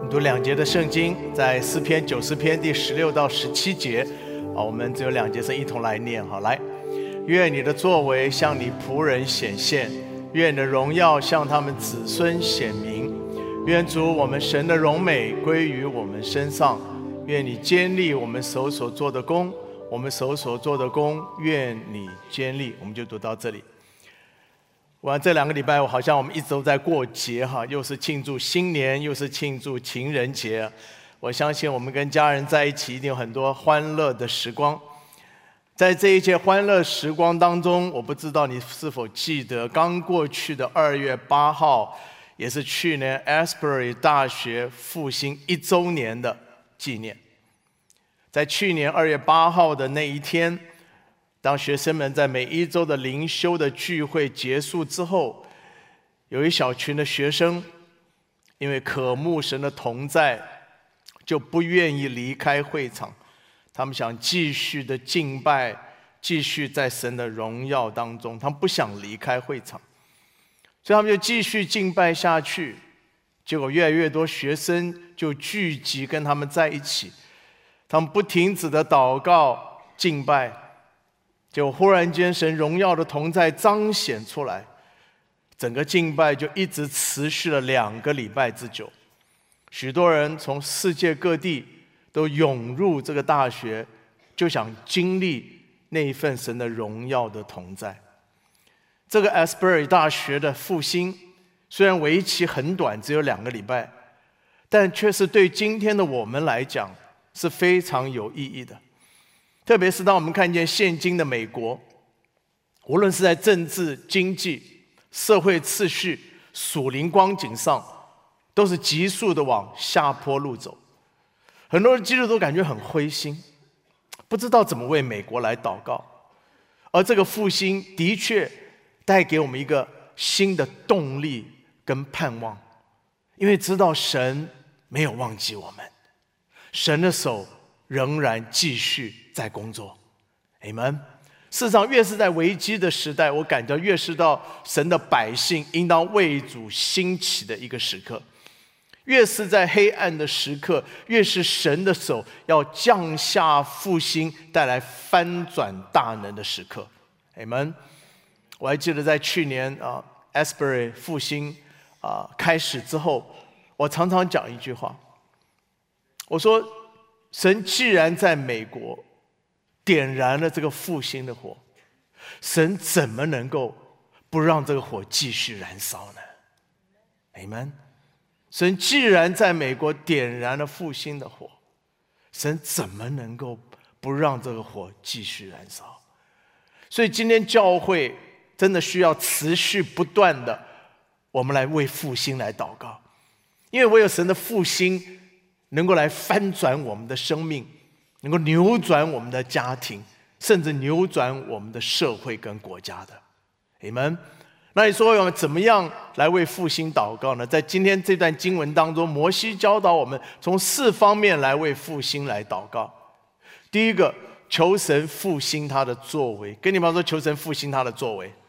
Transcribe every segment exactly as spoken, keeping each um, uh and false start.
读两节的圣经，在诗篇九十篇第十六到十七节。好，我们只有两节，是一同来念。好，来，愿你的作为向你仆人显现，愿你的荣耀向他们子孙显明。愿主我们神的荣美归于我们身上。愿你坚立我们手所做的工，我们手所做的工，愿你坚立。我们就读到这里。哇，这两个礼拜，我好像我们一直都在过节哈，又是庆祝新年，又是庆祝情人节。我相信我们跟家人在一起，一定有很多欢乐的时光。在这一切欢乐时光当中，我不知道你是否记得，刚过去的二月八号，也是去年 Asbury 大学复兴一周年的纪念。在去年二月八号的那一天，当学生们在每一周的灵修的聚会结束之后，有一小群的学生因为渴慕神的同在，就不愿意离开会场，他们想继续的敬拜，继续在神的荣耀当中，他们不想离开会场，所以他们就继续敬拜下去。结果越来越多学生就聚集跟他们在一起，他们不停止的祷告敬拜，结果忽然间神荣耀的同在彰显出来，整个敬拜就一直持续了两个礼拜之久。许多人从世界各地都涌入这个大学，就想经历那一份神的荣耀的同在。这个 Asbury 大学的复兴虽然为期很短，只有两个礼拜，但却是对今天的我们来讲是非常有意义的。特别是当我们看见现今的美国，无论是在政治、经济、社会秩序、属灵光景上，都是急速的往下坡路走。很多人基督徒感觉很灰心，不知道怎么为美国来祷告。而这个复兴的确带给我们一个新的动力跟盼望，因为知道神没有忘记我们，神的手仍然继续在工作。阿们。事实上，越是在危机的时代，我感到越是到神的百姓应当为主兴起的一个时刻。越是在黑暗的时刻，越是神的手要降下复兴，带来翻转大能的时刻。阿们。我还记得在去年啊 Asbury 复兴啊开始之后，我常常讲一句话，我说神既然在美国点燃了这个复兴的火，神怎么能够不让这个火继续燃烧呢？阿们。神既然在美国点燃了复兴的火，神怎么能够不让这个火继续燃烧？所以今天教会真的需要持续不断的，我们来为复兴来祷告，因为唯有神的复兴能够来翻转我们的生命，能够扭转我们的家庭，甚至扭转我们的社会跟国家的。阿们。那你说我们怎么样来为复兴祷告呢？在今天这段经文当中，摩西教导我们从四方面来为复兴来祷告。第一个，求神复兴他的作为。跟你们说，求神复兴他的作为。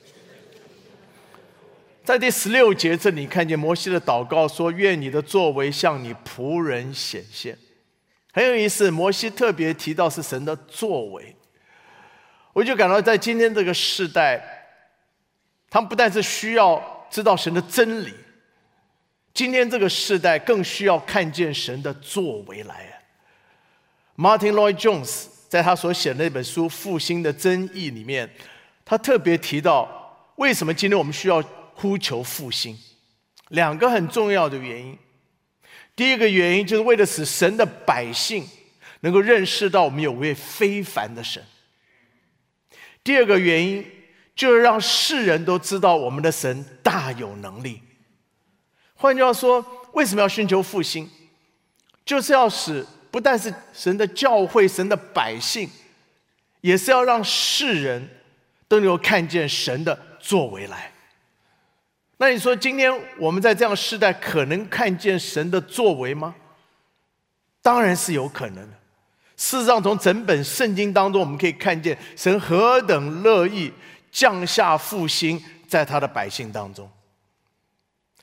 在第十六节这里看见摩西的祷告说，愿你的作为向你仆人显现。很有意思，摩西特别提到是神的作为。我就感到在今天这个世代，他们不但是需要知道神的真理，今天这个世代更需要看见神的作为来。Martin Lloyd Jones 在他所写的那本书《复兴的真义》里面，他特别提到为什么今天我们需要呼求复兴。两个很重要的原因。第一个原因就是为了使神的百姓能够认识到我们有位非凡的神。第二个原因就是让世人都知道我们的神大有能力。换句话说，为什么要寻求复兴？就是要使不但是神的教会、神的百姓，也是要让世人都能够看见神的作为来。那你说今天我们在这样的世代可能看见神的作为吗？当然是有可能的。事实上，从整本圣经当中我们可以看见神何等乐意降下复兴在他的百姓当中。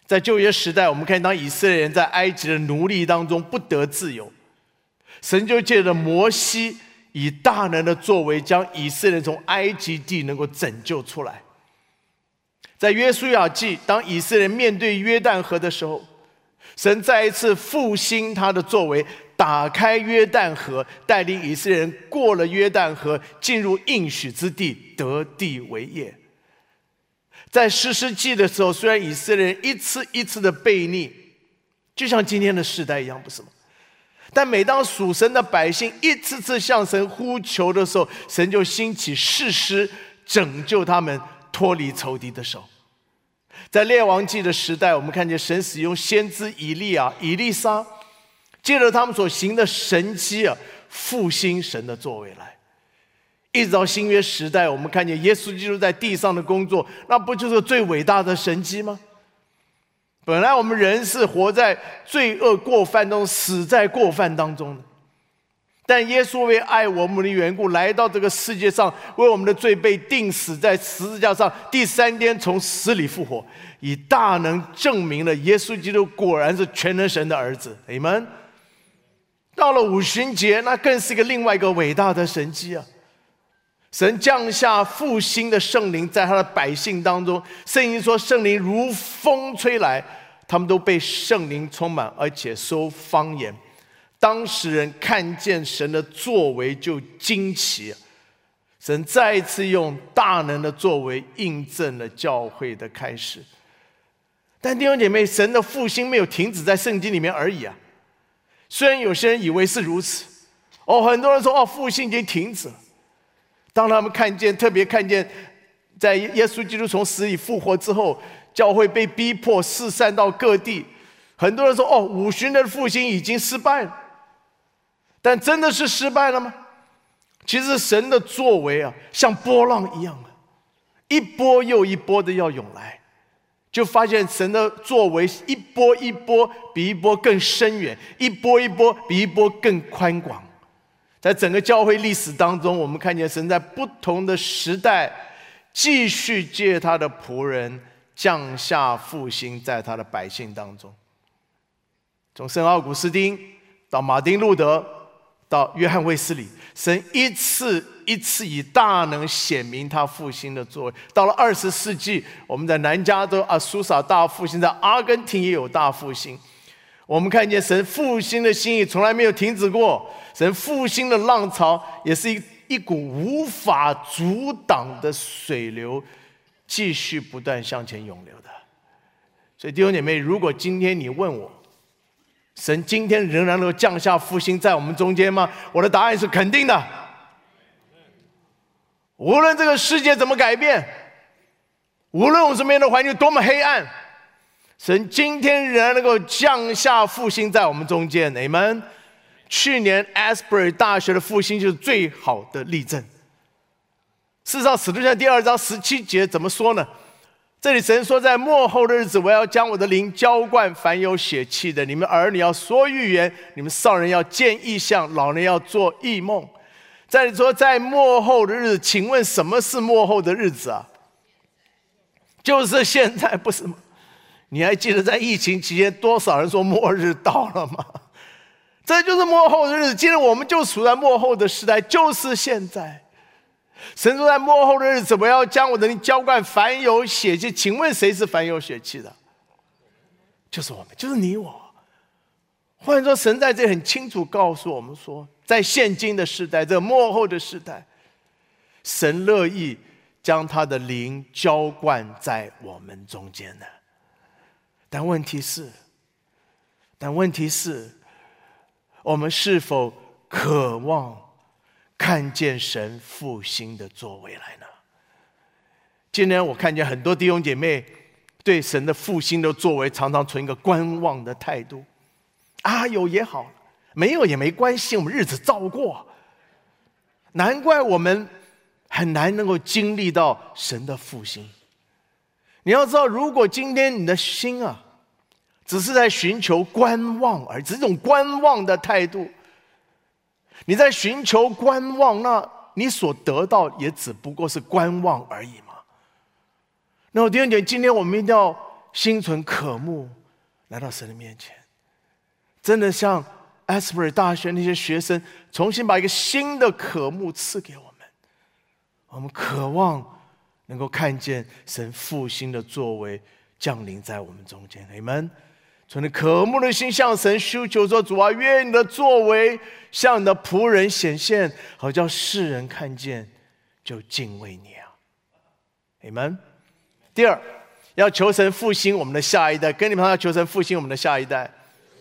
在旧约时代，我们看当以色列人在埃及的奴隶当中不得自由，神就借着摩西以大能的作为，将以色列人从埃及地能够拯救出来。在约书亚记，当以色列人面对约旦河的时候，神再一次复兴他的作为，打开约旦河，带领以色列人过了约旦河，进入应许之地，得地为业。在士师记的时候，虽然以色列人一次一次的悖逆，就像今天的世代一样，不是吗？但每当属神的百姓一次次向神呼求的时候，神就兴起士师，拯救他们脱离仇敌的手。在列王记的时代，我们看见神使用先知以利亚、以利沙，借着他们所行的神迹啊，复兴神的作为来。一直到新约时代，我们看见耶稣基督在地上的工作，那不就是最伟大的神迹吗？本来我们人是活在罪恶过犯中，死在过犯当中的，但耶稣为爱我们的缘故，来到这个世界上，为我们的罪被钉死在十字架上，第三天从死里复活，以大能证明了耶稣基督果然是全能神的儿子。阿们。到了五旬节，那更是一个另外一个伟大的神迹啊！神降下复兴的圣灵在他的百姓当中，圣经说圣灵如风吹来，他们都被圣灵充满，而且说方言。当时人看见神的作为就惊奇，神再一次用大能的作为印证了教会的开始。但弟兄姐妹，神的复兴没有停止在圣经里面而已啊！虽然有些人以为是如此，哦，很多人说哦，复兴已经停止了。当他们看见，特别看见在耶稣基督从死里复活之后，教会被逼迫四散到各地，很多人说哦，五旬的复兴已经失败了。但真的是失败了吗？其实神的作为啊，像波浪一样啊，一波又一波的要涌来，就发现神的作为一波一波比一波更深远，一波一波比一波更宽广。在整个教会历史当中，我们看见神在不同的时代继续借他的仆人降下复兴在他的百姓当中。从圣奥古斯丁到马丁路德到约翰卫斯理，神一次一次以大能显明他复兴的作为。到了二十世纪，我们在南加州阿苏萨大复兴，在阿根廷也有大复兴。我们看见神复兴的心意从来没有停止过，神复兴的浪潮也是一一股无法阻挡的水流，继续不断向前涌流的。所以弟兄姐妹，如果今天你问我，神今天仍然能够降下复兴在我们中间吗？我的答案是肯定的。无论这个世界怎么改变，无论我们身边的环境多么黑暗，神今天仍然能够降下复兴在我们中间。阿们。去年 Asbury 大学的复兴就是最好的例证。事实上，使徒行传第二章十七节怎么说呢？这里神说，在末后的日子，我要将我的灵浇灌凡有血气的，你们儿女要说预言，你们少人要见异象，老人要做异梦。这里说在末后的日子，请问什么是末后的日子啊？就是现在，不是吗？你还记得在疫情期间多少人说末日到了吗？这就是末后的日子。今天我们就处在末后的时代，就是现在。神说在末后的日子，我要将我的灵浇灌凡有血气。请问谁是凡有血气的？就是我们，就是你我。换言说，神在这里很清楚告诉我们说，在现今的时代，这个末后的时代，神乐意将他的灵浇灌在我们中间的。但问题是，但问题是，我们是否渴望看见神复兴的作为来呢？今天我看见很多弟兄姐妹对神的复兴的作为常常存一个观望的态度。啊，有也好，没有也没关系，我们日子照过。难怪我们很难能够经历到神的复兴。你要知道，如果今天你的心啊，只是在寻求观望而已，只是这种观望的态度，你在寻求观望，那你所得到也只不过是观望而已嘛。那我弟兄姐妹，今天我们一定要心存渴慕来到神的面前，真的像 Asbury 大学那些学生重新把一个新的渴慕赐给我们。我们渴望能够看见神复兴的作为降临在我们中间。阿们。存着渴慕的心向神呼求说，主啊，愿你的作为向你的仆人显现，好叫世人看见就敬畏你啊。阿们。第二，要求神复兴我们的下一代，跟你们要求神复兴我们的下一代。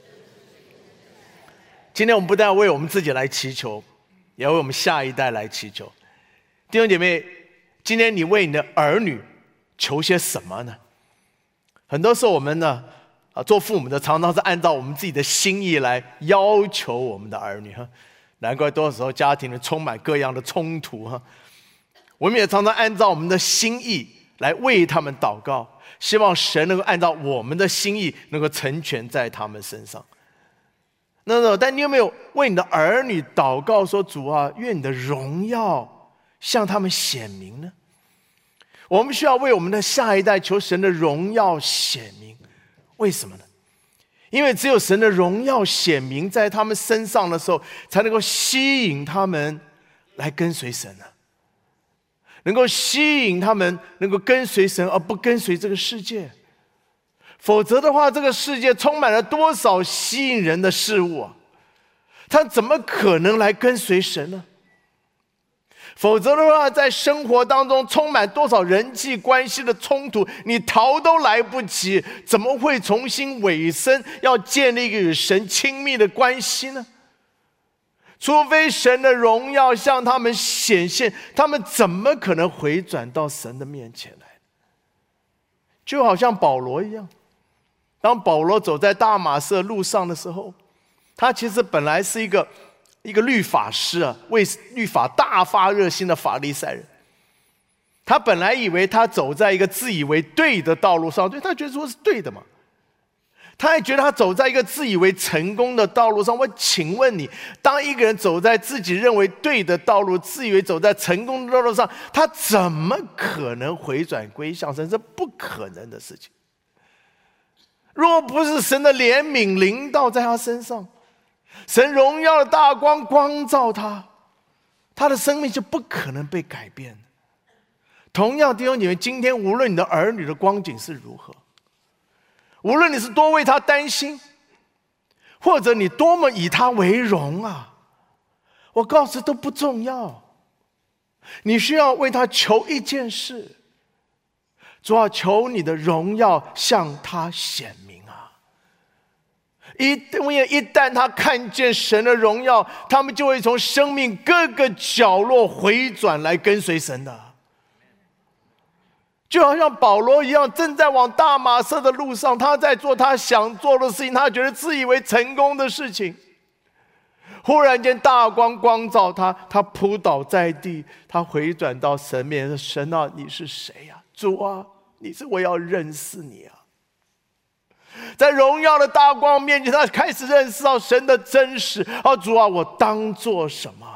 今天我们不但为我们自己来祈求，也为我们下一代来祈求。弟兄姐妹，今天你为你的儿女求些什么呢？很多时候我们呢，啊，做父母的常常是按照我们自己的心意来要求我们的儿女哈，难怪多少时候家庭里充满各样的冲突哈。我们也常常按照我们的心意来为他们祷告，希望神能够按照我们的心意能够成全在他们身上。那那但你有没有为你的儿女祷告说，主啊，愿你的荣耀向他们显明呢？我们需要为我们的下一代求神的荣耀显明。为什么呢？因为只有神的荣耀显明在他们身上的时候，才能够吸引他们来跟随神啊，能够吸引他们能够跟随神，而不跟随这个世界。否则的话，这个世界充满了多少吸引人的事物啊，他怎么可能来跟随神呢？否则的话，在生活当中充满多少人际关系的冲突，你逃都来不及，怎么会重新委身，要建立一个与神亲密的关系呢？除非神的荣耀向他们显现，他们怎么可能回转到神的面前来？就好像保罗一样，当保罗走在大马色路上的时候，他其实本来是一个一个律法师啊，为律法大发热心的法利赛人。他本来以为他走在一个自以为对的道路上，对，他觉得说是对的嘛。他还觉得他走在一个自以为成功的道路上。我请问你，当一个人走在自己认为对的道路，自以为走在成功的道路上，他怎么可能回转归向神？这不可能的事情。若不是神的怜悯临到在他身上，神荣耀的大光光照他，他的生命就不可能被改变。同样，弟兄姐妹，今天无论你的儿女的光景是如何，无论你是多为他担心，或者你多么以他为荣啊，我告诉都不重要。你需要为他求一件事，主要求你的荣耀向他显明啊！一因为一旦他看见神的荣耀，他们就会从生命各个角落回转来跟随神的。就好像保罗一样，正在往大马色的路上，他在做他想做的事情，他觉得自以为成功的事情。忽然间大光光照他，他扑倒在地，他回转到神面前，神啊，你是谁啊？主啊，你是我要认识你啊！在荣耀的大光面前，他开始认识到神的真实。哦，主啊，我当做什么？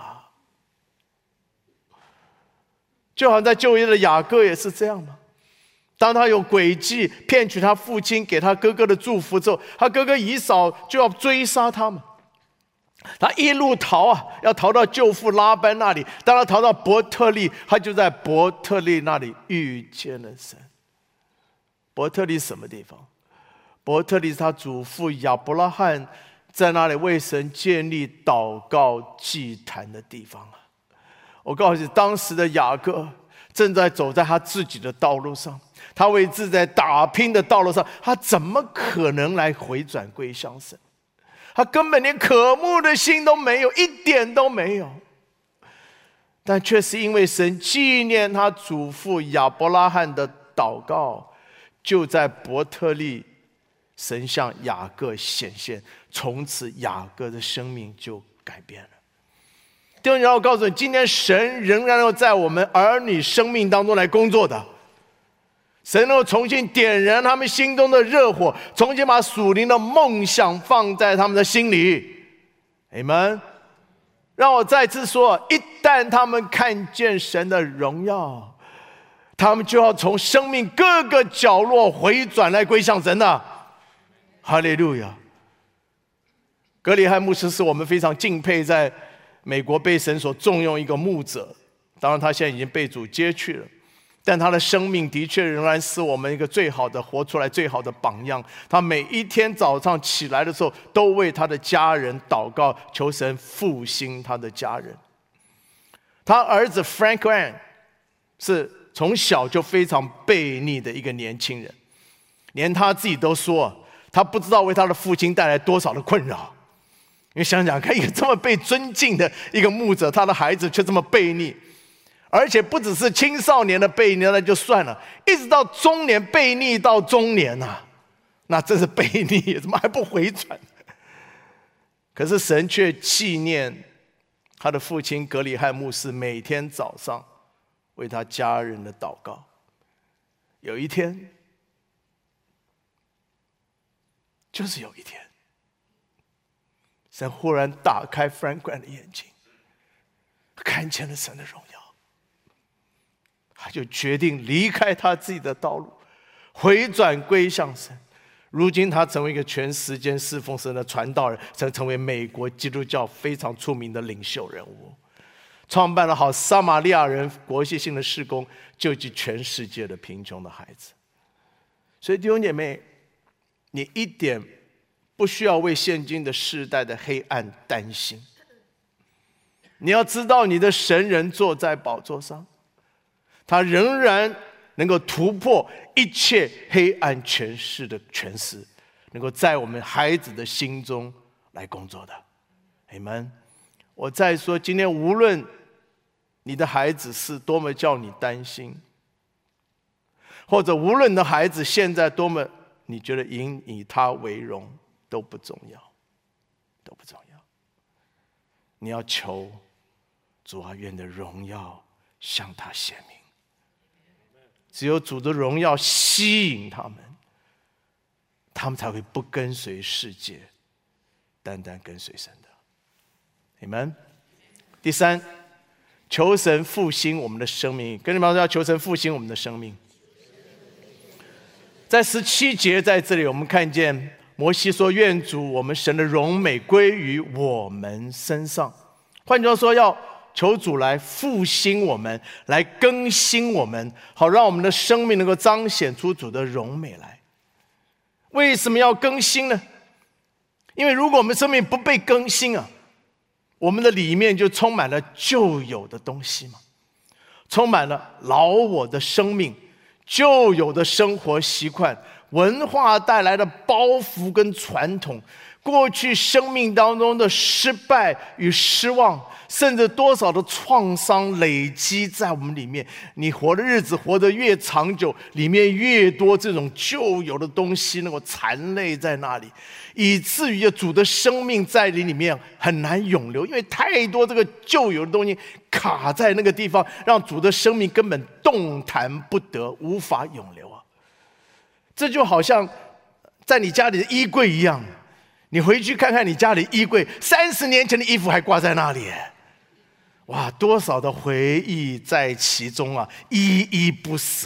就好像在旧约的雅各也是这样吗？当他有诡计骗取他父亲给他哥哥的祝福之后，他哥哥以扫就要追杀他嘛。他一路逃啊，要逃到舅父拉班那里。当他逃到伯特利，他就在伯特利那里遇见了神。伯特利什么地方？伯特利是他祖父亚伯拉罕在那里为神建立祷告祭坛的地方啊。我告诉你，当时的雅各正在走在他自己的道路上，他为自己在打拼的道路上，他怎么可能来回转归向神？他根本连渴慕的心都没有，一点都没有。但却是因为神纪念他祖父亚伯拉罕的祷告，就在伯特利，神向雅各显现，从此雅各的生命就改变了。弟兄姐妹，我告诉你，今天神仍然要在我们儿女生命当中来工作的。神能够重新点燃他们心中的热火，重新把属灵的梦想放在他们的心里。阿们。让我再次说，一旦他们看见神的荣耀， 他们就要从生命各个角落回转来归向神的。哈利路亚！格里汉牧师是我们非常敬佩，在美国被神所重用一个牧者，当然他现在已经被主接去了，但他的生命的确仍然是我们一个最好的活出来最好的榜样。他每一天早上起来的时候，都为他的家人祷告，求神复兴他的家人。他儿子 Frank Graham 是从小就非常悖逆的一个年轻人，连他自己都说，他不知道为他的父亲带来多少的困扰。因为想想看，一个这么被尊敬的一个牧者，他的孩子却这么悖逆，而且不只是青少年的悖逆那就算了，一直到中年悖逆到中年啊，那真是悖逆，怎么还不回转？可是神却纪念他的父亲格里汉牧师每天早上为他家人的祷告。有一天，就是有一天，神忽然打开 Frank Graham 的眼睛，看见了神的荣耀，他就决定离开他自己的道路，回转归向神。如今他成为一个全时间侍奉神的传道人，曾成为美国基督教非常出名的领袖人物，创办了好撒玛利亚人国际性的事工，救济全世界的贫穷的孩子。所以弟兄姐妹，你一点不需要为现今的世代的黑暗担心。你要知道，你的神人坐在宝座上，他仍然能够突破一切黑暗权势的权势，能够在我们孩子的心中来工作的。阿们。我再说，今天无论你的孩子是多么叫你担心，或者无论你的孩子现在多么你觉得引以他为荣，都不重要，都不重要。你要求主啊，愿的荣耀向他显明。只有主的荣耀吸引他们，他们才会不跟随世界，单单跟随神的。你们第三，求神复兴我们的生命。跟你们说，要求神复兴我们的生命。在十七节，在这里我们看见摩西说：“愿主我们神的荣美归于我们身上。”换句话说，要求主来复兴我们，来更新我们，好让我们的生命能够彰显出主的荣美来。为什么要更新呢？因为如果我们生命不被更新啊，我们的里面就充满了旧有的东西嘛，充满了老我的生命，旧有的生活习惯，文化带来的包袱跟传统，过去生命当中的失败与失望，甚至多少的创伤累积在我们里面。你活的日子活得越长久，里面越多这种旧有的东西能够残累在那里，以至于主的生命在你里面很难永留，因为太多这个旧有的东西卡在那个地方，让主的生命根本动弹不得，无法永留啊！这就好像在你家里的衣柜一样，你回去看看你家里衣柜，三十年前的衣服还挂在那里，哇，多少的回忆在其中啊，依依不舍。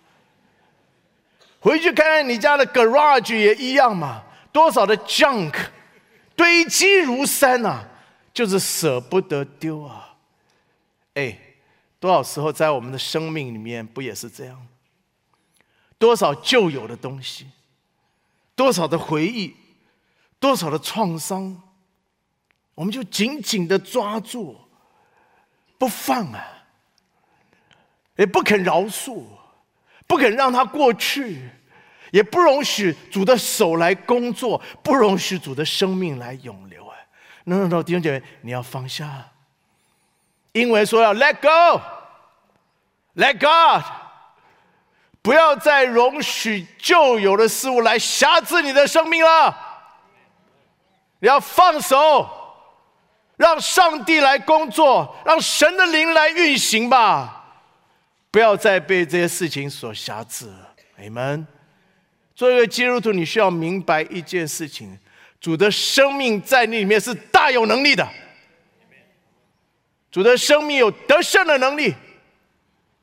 回去看看你家的 garage 也一样嘛，多少的 junk 堆积如山啊，就是舍不得丢啊。哎，多少时候在我们的生命里面不也是这样？多少旧有的东西，多少的回忆，多少的创伤，我们就紧紧的抓住不放啊，也不肯饶恕，不肯让它过去，也不容许主的手来工作，不容许主的生命来永留啊！ no no no 弟兄姐妹，你要放下。英文说要 let go let God， 不要再容许旧有的事物来辖制你的生命了。你要放手，让上帝来工作，让神的灵来运行吧，不要再被这些事情所辖制了。阿们。作为一个基督徒，你需要明白一件事情，主的生命在你里面是大有能力的，主的生命有得胜的能力，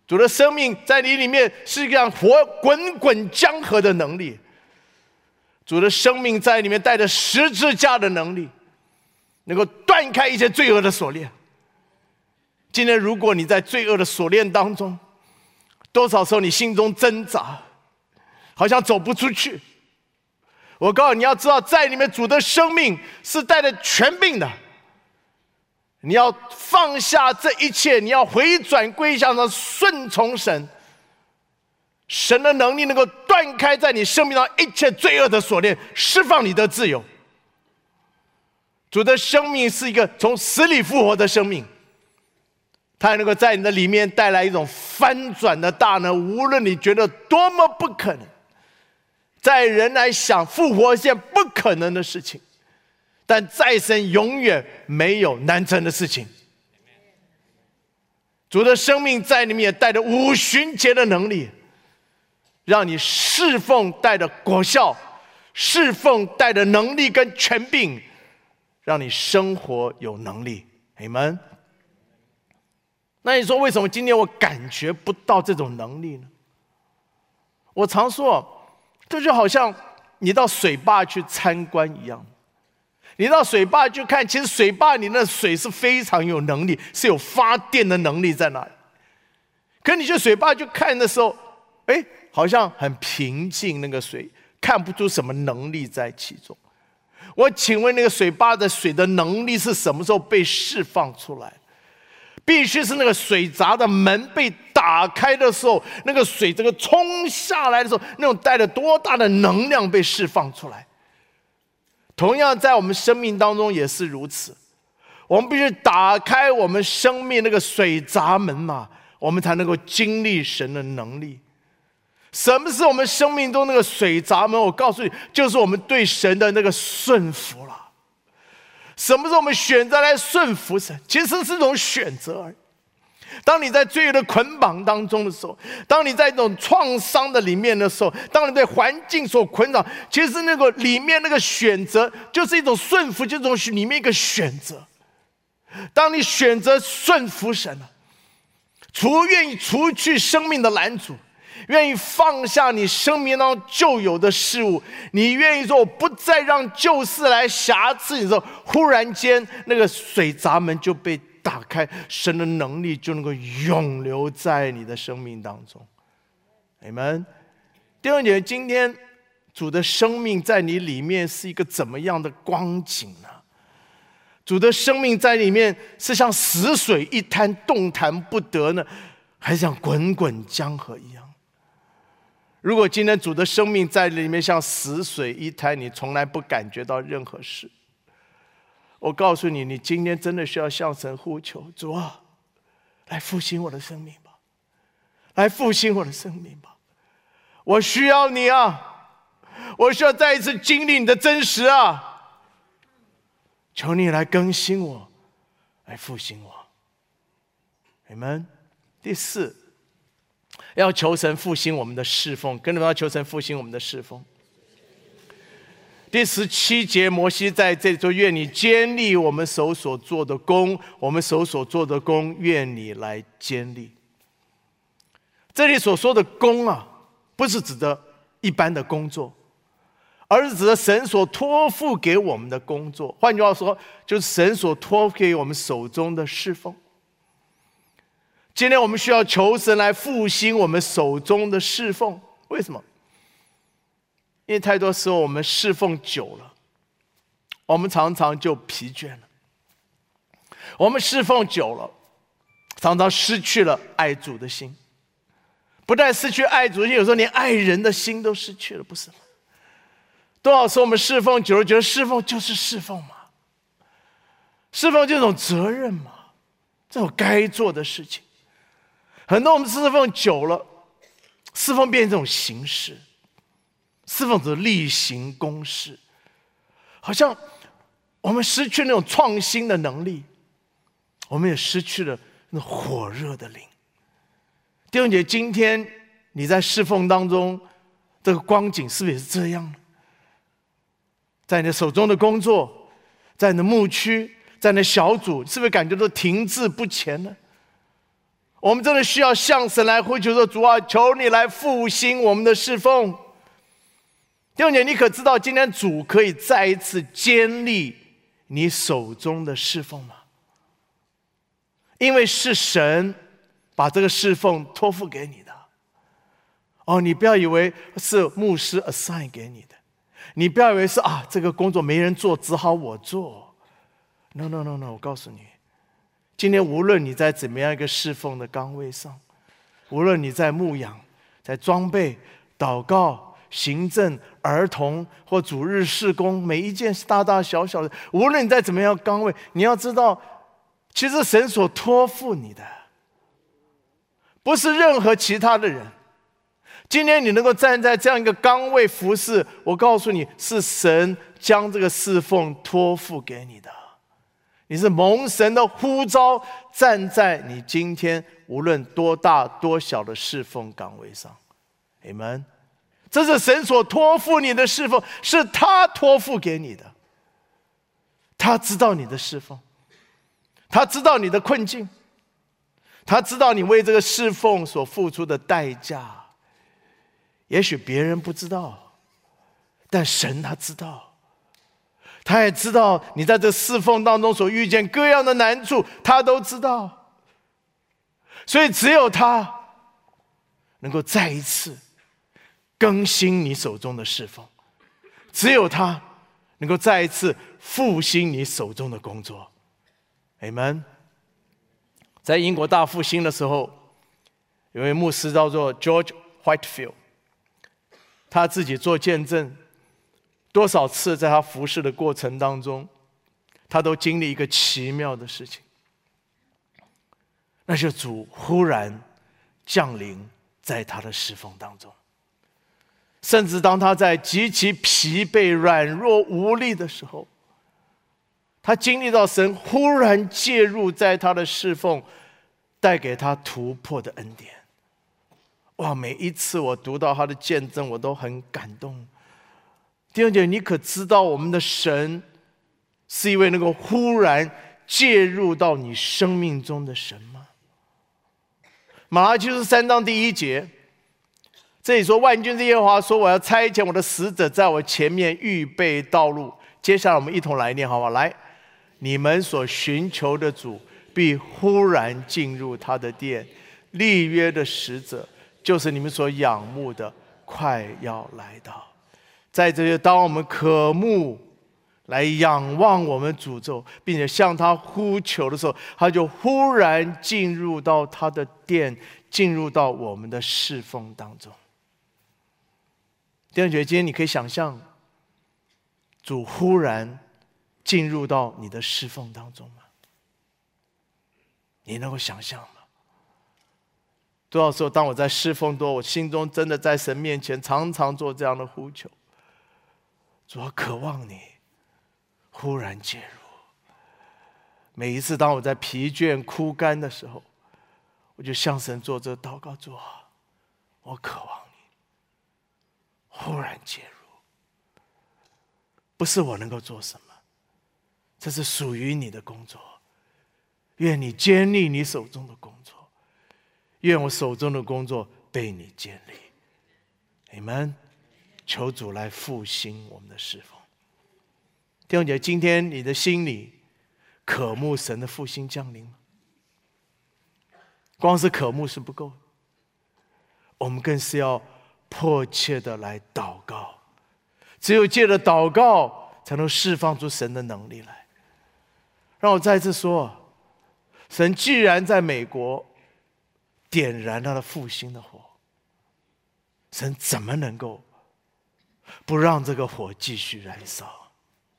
主的生命在你里面是一样活滚滚江河的能力。主的生命在里面带着十字架的能力，能够断开一切罪恶的锁链。今天如果你在罪恶的锁链当中，多少时候你心中挣扎，好像走不出去，我告诉你，你要知道在里面主的生命是带着权柄的。你要放下这一切，你要回转归向上，顺从神。神的能力能够断开在你生命上一切罪恶的锁链，释放你的自由。主的生命是一个从死里复活的生命，它能够在你的里面带来一种翻转的大能。无论你觉得多么不可能，在人来想复活是件不可能的事情，但在神永远没有难成的事情。主的生命在里面也带着五旬节的能力，让你侍奉带着果效，侍奉带着能力跟权柄，让你生活有能力。阿们。那你说为什么今天我感觉不到这种能力呢？我常说，这就好像你到水坝去参观一样。你到水坝去看，其实水坝里的水是非常有能力，是有发电的能力在那里。可你去水坝去看的时候，哎，好像很平静，那个水看不出什么能力在其中。我请问那个水坝的水的能力是什么时候被释放出来？必须是那个水闸的门被打开的时候，那个水这个冲下来的时候，那种带着多大的能量被释放出来。同样在我们生命当中也是如此，我们必须打开我们生命那个水闸门嘛，我们才能够经历神的能力。什么是我们生命中那个水闸门？我告诉你，就是我们对神的那个顺服了。什么是我们选择来顺服神？其实是一种选择而已。当你在罪恶的捆绑当中的时候，当你在这种创伤的里面的时候，当你对环境所捆绑，其实那个里面那个选择就是一种顺服，就是一种里面一个选择。当你选择顺服神了，除愿意除去生命的拦阻，愿意放下你生命当中旧有的事物，你愿意说我不再让旧事来瑕疵你的时候，忽然间那个水闸门就被打开，神的能力就能够永留在你的生命当中。阿们。弟兄姐妹，今天主的生命在你里面是一个怎么样的光景呢？主的生命在里面是像死水一滩动弹不得呢，还是像滚滚江河一样？如果今天主的生命在里面像死水一滩，你从来不感觉到任何事，我告诉你，你今天真的需要向神呼求，主啊，来复兴我的生命吧，来复兴我的生命吧，我需要你啊，我需要再一次经历你的真实啊，求你来更新我，来复兴我。阿们。第四，要求神复兴我们的侍奉，跟着我要求神复兴我们的侍奉。第十七节，摩西在这里说：愿你坚立我们手所做的工，我们手所做的工，愿你来坚立。这里所说的工啊，不是指的一般的工作，而是指的神所托付给我们的工作。换句话说，就是神所托付给我们手中的侍奉。今天我们需要求神来复兴我们手中的侍奉。为什么？因为太多时候我们侍奉久了，我们常常就疲倦了。我们侍奉久了，常常失去了爱主的心。不但失去爱主的心，有时候连爱人的心都失去了，不是吗？多少时候我们侍奉久了，觉得侍奉就是侍奉嘛，侍奉这种责任嘛，这种该做的事情。很多我们侍奉久了，侍奉变成这种形式，侍奉者例行公事，好像我们失去那种创新的能力，我们也失去了那火热的灵。弟兄姐妹，今天你在侍奉当中，这个光景是不是也是这样呢？在你的手中的工作，在你的牧区，在你的小组，是不是感觉都停滞不前呢？ 我们真的需要向神来呼求说，主啊，求你来复兴我们的侍奉。弟兄姐妹，你可知道今天主可以再一次坚立你手中的侍奉吗？因为是神把这个侍奉托付给你的。哦，你不要以为是牧师 assign 给你的，你不要以为是啊，这个工作没人做，只好我做。No no no no， 我告诉你，今天无论你在怎么样一个侍奉的岗位上，无论你在牧养、在装备、祷告、行政、儿童或主日事工，每一件大大小小的，无论你在怎么样岗位，你要知道，其实神所托付你的，不是任何其他的人。今天你能够站在这样一个岗位服侍，我告诉你，是神将这个侍奉托付给你的。你是蒙神的呼召，站在你今天无论多大多小的侍奉岗位上。Amen。这是神所托付你的侍奉，是他托付给你的。他知道你的侍奉，他知道你的困境，他知道你为这个侍奉所付出的代价。也许别人不知道，但神他知道。他也知道你在这侍奉当中所遇见各样的难处，他都知道。所以只有他能够再一次更新你手中的侍奉，只有他能够再一次复兴你手中的工作。Amen。在英国大复兴的时候，有位牧师叫做 George Whitefield， 他自己做见证，多少次在他服侍的过程当中，他都经历一个奇妙的事情，那就是主忽然降临在他的侍奉当中。甚至当他在极其疲惫、软弱无力的时候，他经历到神忽然介入在他的侍奉，带给他突破的恩典。哇！每一次我读到他的见证，我都很感动。弟兄姐妹，你可知道我们的神是一位能够忽然介入到你生命中的神吗？马拉基书三章第一节，这里说万军之耶和华说，我要差遣我的使者在我前面预备道路。接下来我们一同来念好吗？来，你们所寻求的主必忽然进入他的殿，立约的使者就是你们所仰慕的，快要来到。在这些当我们渴慕来仰望我们主咒，并且向他呼求的时候，他就忽然进入到他的殿，进入到我们的侍奉当中。弟兄姐妹，今天你可以想象主忽然进入到你的侍奉当中吗？你能够想象吗？多少时候当我在侍奉多，我心中真的在神面前常常做这样的呼求，主要渴望你忽然介入。每一次当我在疲倦枯干的时候，我就向神做这祷告，主啊，我渴望你忽然介入。不是我能够做什么，这是属于你的工作。愿你坚立你手中的工作，愿我手中的工作被你建立。Amen。求主来复兴我们的侍奉。弟兄姐妹，今天你的心里渴慕神的复兴降临吗？光是渴慕是不够的，我们更是要迫切的来祷告。只有借着祷告，才能释放出神的能力来。让我再次说，神既然在美国点燃他的复兴的火，神怎么能够不让这个火继续燃烧？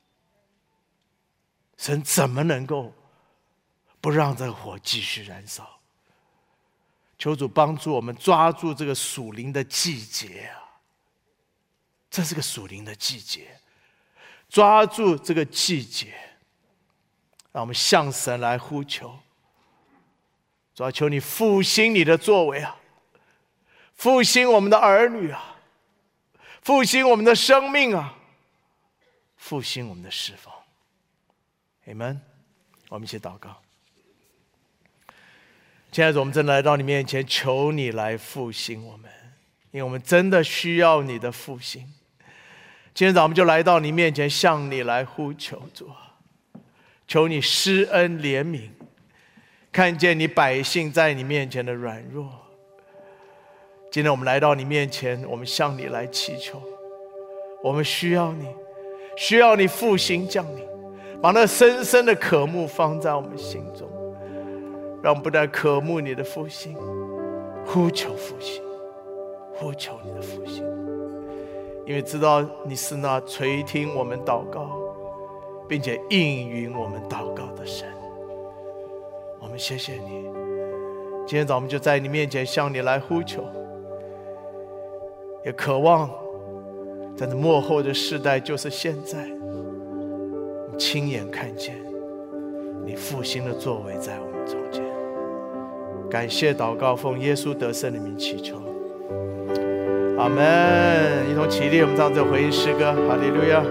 神怎么能够不让这个火继续燃烧？求主帮助我们抓住这个属灵的季节啊！这是个属灵的季节，抓住这个季节，让我们向神来呼求。主要求你复兴你的作为啊，复兴我们的儿女啊，复兴我们的生命啊，复兴我们的侍奉。Amen。我们一起祷告。 亲爱的主，我们真的来到你面前，求你来复兴我们，因为我们真的需要你的复兴。今天早上我们就来到你面前，向你来呼求，主啊，求你施恩怜悯，看见你百姓在你面前的软弱。今天我们来到你面前，我们向你来祈求，我们需要你，需要你复兴降临，把那深深的渴慕放在我们心中，让我们不但渴慕你的复兴，呼求复兴，呼求你的复兴，因为知道你是那垂听我们祷告并且应允我们祷告的神。我们谢谢你，今天早上我们就在你面前向你来呼求，也渴望在这末后的世代，就是现在，亲眼看见你复兴的作为在我们中间。感谢祷告，奉耶稣得胜的名祈求，阿们。一同起立，我们唱这回应诗歌，哈利路亚。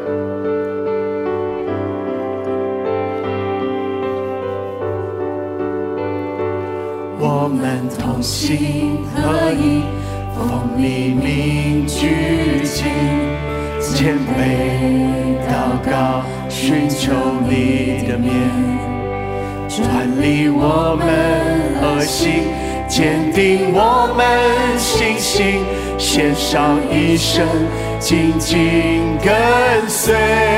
我们同心合一，奉你名举荐，谦卑祷告，寻求你的面，转离我们恶行，坚定我们信心，献上一生，紧紧跟随，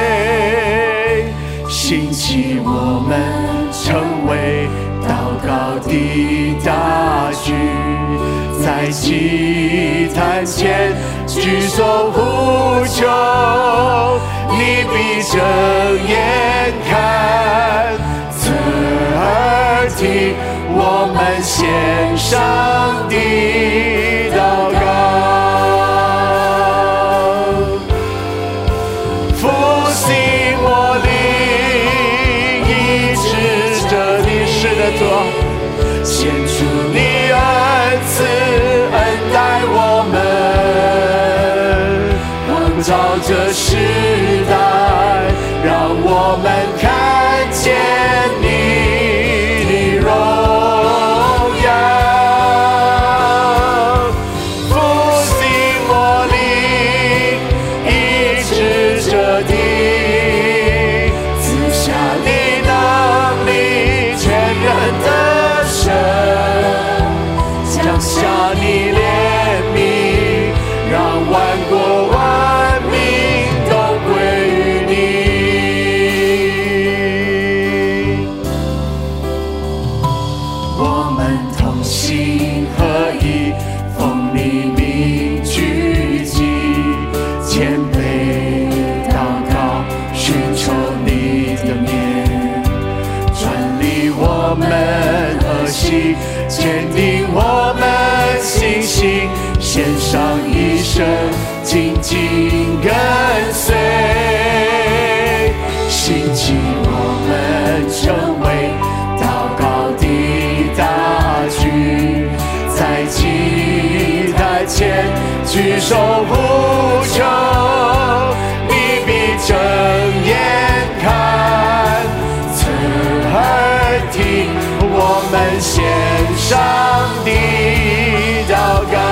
兴起我们成为祷告的大军，在祭坛前举手呼求，你必睁眼看，侧耳听，我们献上的祷告，复兴我灵，医治着你是的主，献出你恩赐，恩待我们，光照这时代，让我们看见你的荣耀，复兴我灵，医治着地，赐下你能力，全人的神，降下你怜悯，让万国万民都归于你。我们同心合一，奉你名举祭，谦卑祷告，寻求你的面，转离我们恶行，坚定我们信心，献上一生，紧紧跟随，兴起我们成为祷告的大军，在祭坛前举手呼求，你必睁眼看，侧耳听，我们献上的祷告，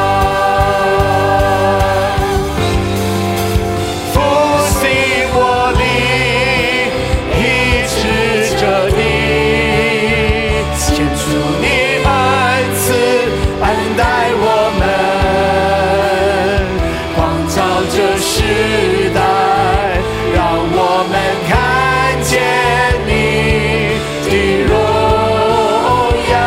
复兴我灵，医治着你，献出你恩赐，恩待我们，光照这时代，让我们看见你的荣耀，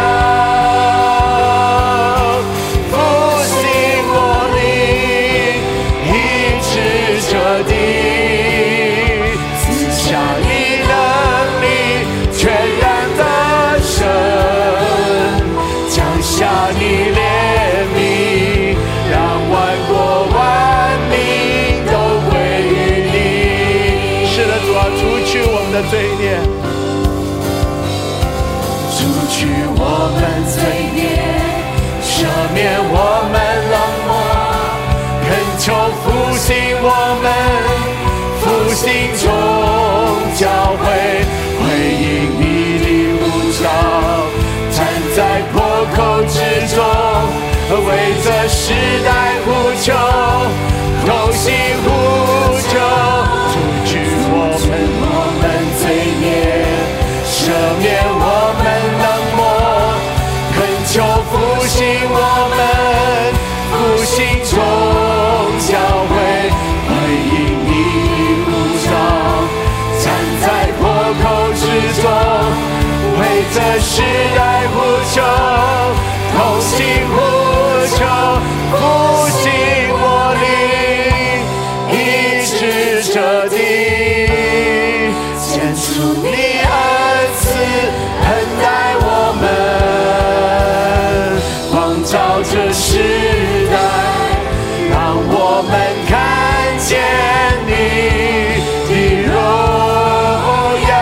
复兴我灵，医治着地，赐下你能力，全然的神，降下你怜悯，让万国万民都归于你。 是的，主啊，除去我们的罪孽， 除去我们罪孽，赦免我们冷漠，恳求复兴我们，复兴众教会，回应你的呼召，站在为这时代呼求，同心呼求，除去我们我们罪孽，赦免我们冷漠，恳求复兴我们，复兴众教会，回应你呼召，站在破口之中，为这时代呼求，同心呼求，复兴我灵，医治这地，显出你恩慈，恩待我们，光照这时代，让我们看见你的荣耀，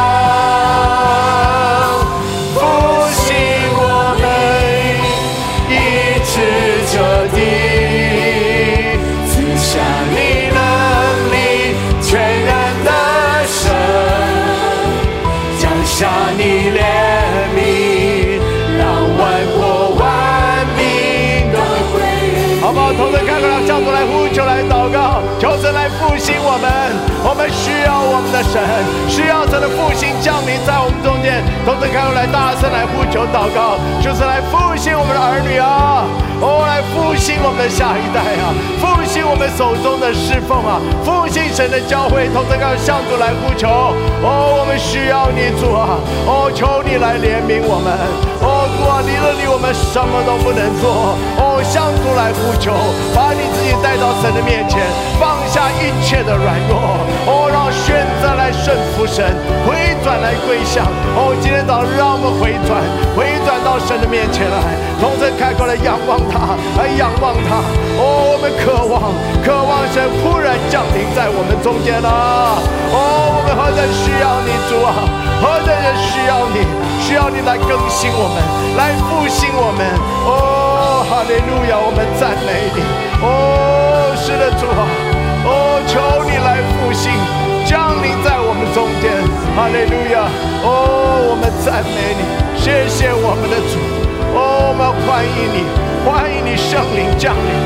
复兴我们，医治这地，赐下你能力，全然的神，降下你怜悯，让万国万民都归于你。 好不好？同声开口，让教主来呼求，来祷告，求神来复兴我们。我们需要我们的神，需要神的复兴降临在我们中间。同声开口，来大声来呼求祷告，就是来复兴我们的儿女啊！哦，来复兴我们的下一代啊！复兴我们手中的侍奉啊！复兴神的教会。同声开口，向主来呼求。哦，我们需要你，主啊！哦，求你来怜悯我们。哦，主啊，离了你我们什么都不能做。哦，向主来呼求，把你自己带到神的面前，放下一切的软弱。哦，让选择来顺服神，回转来归向。哦，今天早上让我们回转，回转到神的面前来，同声开口来仰望他，来仰望他。哦，我们渴望，渴望神忽然降临在我们中间啊！哦，我们何等需要你，主啊！何等人需要你，需要你来更新我们，来复兴我们。哦，哈利路亚，我们赞美你。哦，是的，主啊！哦，求你来复兴，降临在我们中间。哈利路亚！哦，我们赞美你，谢谢我们的主。哦，我们欢迎你，欢迎你圣灵降临。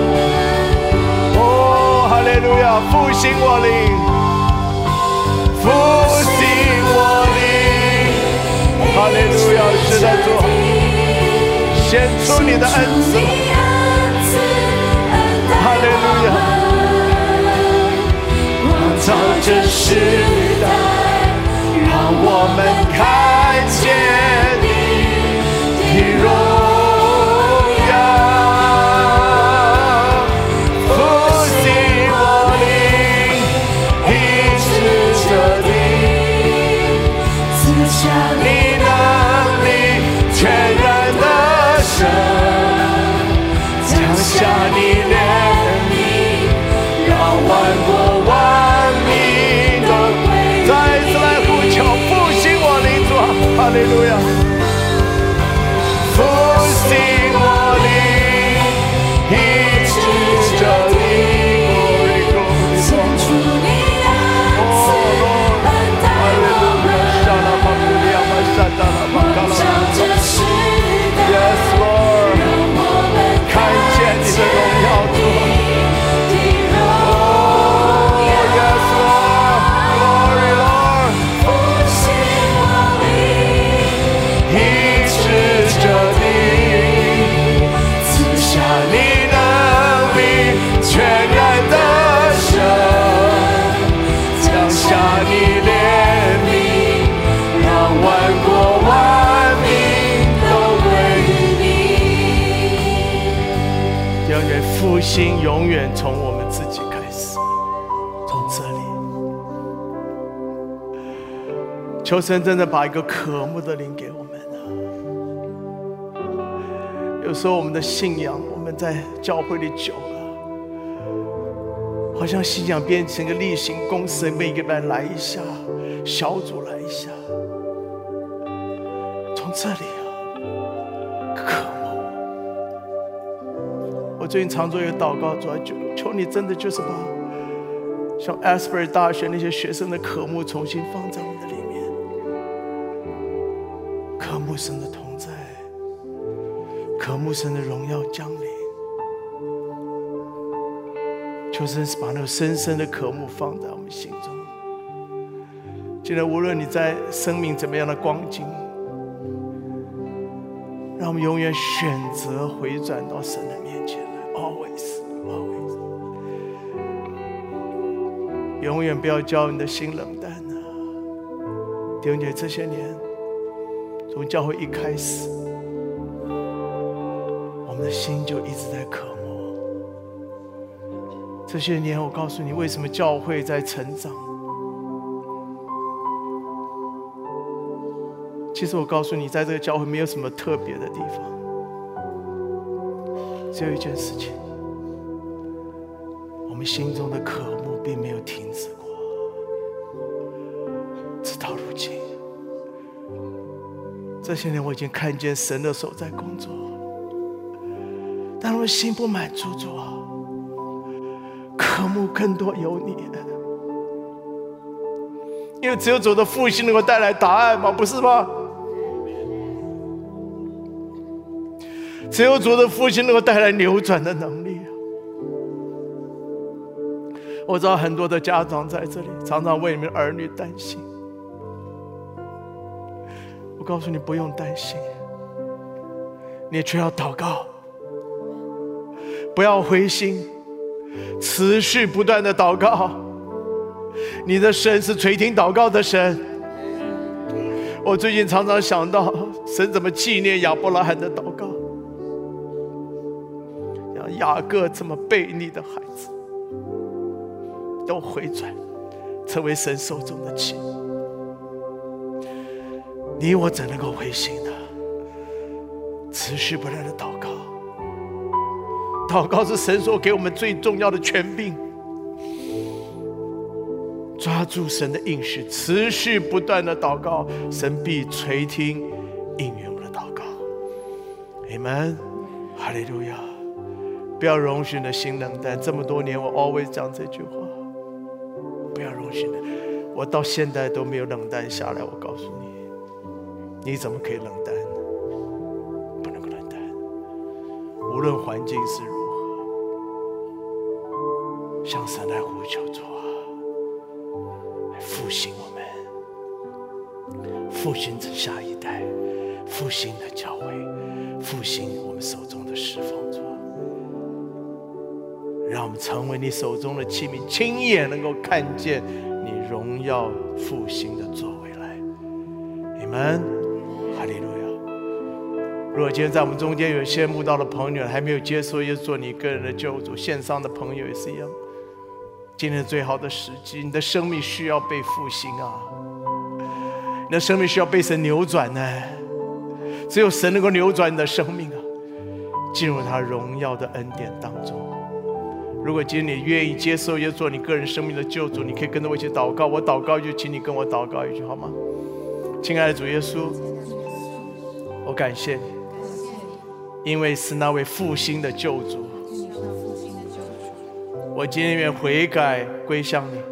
哦，哈利路亚，复兴我灵，复兴我灵。哈利路亚，是的，主，显出你的恩慈。哈利路亚。 照这时代，让我们看见你的荣耀，复兴我灵，医治这地，赐下你能力，全然的神，降下你怜悯，让万国万哈利路亚， 复兴我灵，医治这地，显出你恩慈，恩待我们，光照这时代，让我们看见你的荣耀，主。 复兴永远从我们自己开始，从这里，求神真的把一个渴慕的灵给我们啊！有时候我们的信仰，我们在教会里久了，好像信仰变成一个例行公事，每个礼拜来一下，小组来一下，从这里啊，渴慕。我最近常做一个祷告，主要求求你真的就是把像 Asbury 大学那些学生的渴慕重新放在我们的里面，渴慕神的同在， 渴慕神的荣耀降临。求神把那个深深的渴慕放在我们心中。今天无论你在生命怎么样的光景，让我们永远选择回转到神的面前来 ，always always， 永远不要叫你的心冷淡啊！弟兄姐妹，这些年从教会一开始，我们的心就一直在渴慕。这些年，我告诉你，为什么教会在成长？其实我告诉你，在这个教会没有什么特别的地方，只有一件事情：我们心中的渴慕并没有停止过，直到如今。这些年，我已经看见神的手在工作，但我的心不满足，主啊，渴慕更多有你。因为只有走的复兴能够带来答案嘛，不是吗？只有主的复兴能够带来扭转的能力。我知道很多的家长在这里常常为你们的儿女担心，我告诉你不用担心，你却要祷告，不要灰心，持续不断的祷告。你的神是垂听祷告的神。我最近常常想到神怎么纪念亚伯拉罕的祷告，让雅各这么悖逆的孩子都回转成为神手中的器。你我怎能够灰心呢？持续不断的祷告，祷告是神所给我们最重要的权柄。抓住神的应许，持续不断的祷告，神必垂听应允我们的祷告。阿们，哈利路亚！不要容许你的心冷淡。这么多年，我 always 讲这句话，不要容许的。我到现在都没有冷淡下来。我告诉你，你怎么可以冷淡？不能够冷淡。无论环境是如何，向神来呼求主啊！复兴我们，复兴着下一代，复兴的教会，复兴我们手中的侍奉主，让我们成为你手中的器皿，亲眼能够看见你荣耀复兴的作为来。你们，哈利路亚！如果今天在我们中间有些慕道的朋友还没有接受耶稣做你个人的救主，线上的朋友也是一样。今天是最好的时机，你的生命需要被复兴啊！你的生命需要被神扭转呢，只有神能够扭转你的生命啊，进入他荣耀的恩典当中。如果今天你愿意接受耶稣做你个人生命的救主，你可以跟着我一起祷告。我祷告一句，请你跟我祷告一句好吗？亲爱的主耶稣，我感谢你，因为是那位复兴的救主。我今天愿悔改归向你，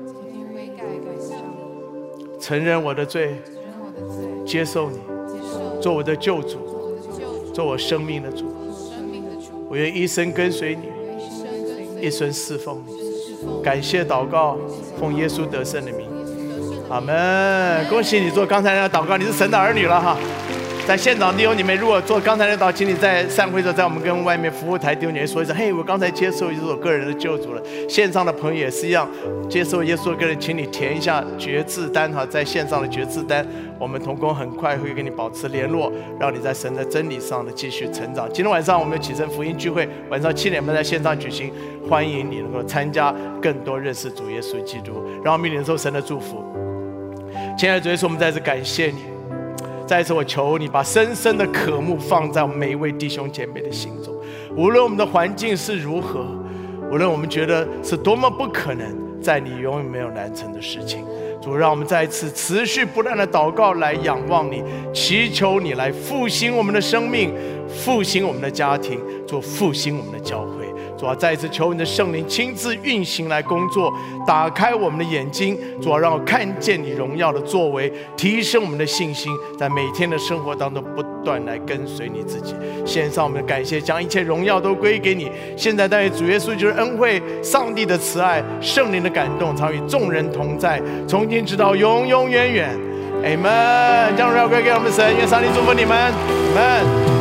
承认我的罪，接受你做我的救主，做我生命的主。我愿一生跟随你，一生侍奉你。感谢祷告，奉耶稣得胜的名，阿们。恭喜你做刚才那个祷告，你是神的儿女了哈。在现场弟兄你们，如果做刚才那道，请你在散会的时候，在我们跟外面服务台弟兄你们说一声：嘿，我刚才接受耶稣个人的救主了。线上的朋友也是一样，接受耶稣个人，请你填一下决志单哈，在线上的决志单，我们同工很快会跟你保持联络，让你在神的真理上的继续成长。今天晚上我们有启程福音聚会，晚上七点半在线上举行，欢迎你能够参加，更多认识主耶稣基督，让我们领受神的祝福。亲爱的主耶稣，我们再次感谢你。再一次我求你把深深的渴慕放在我们每一位弟兄姐妹的心中，无论我们的环境是如何，无论我们觉得是多么不可能，在你永远没有难成的事情。主，让我们再一次持续不断的祷告，来仰望你，祈求你来复兴我们的生命，复兴我们的家庭，做复兴我们的教会。 主啊，再一次求你的圣灵亲自运行来工作，打开我们的眼睛，主啊，让我看见你荣耀的作为，提升我们的信心，在每天的生活当中不断来跟随你自己。献上我们的感谢，将一切荣耀都归给你。现在在主耶稣就是恩惠、上帝的慈爱、圣灵的感动，常与众人同在，从今直到永永远远。阿们。将荣耀归给我们神，愿上帝祝福你们。阿们。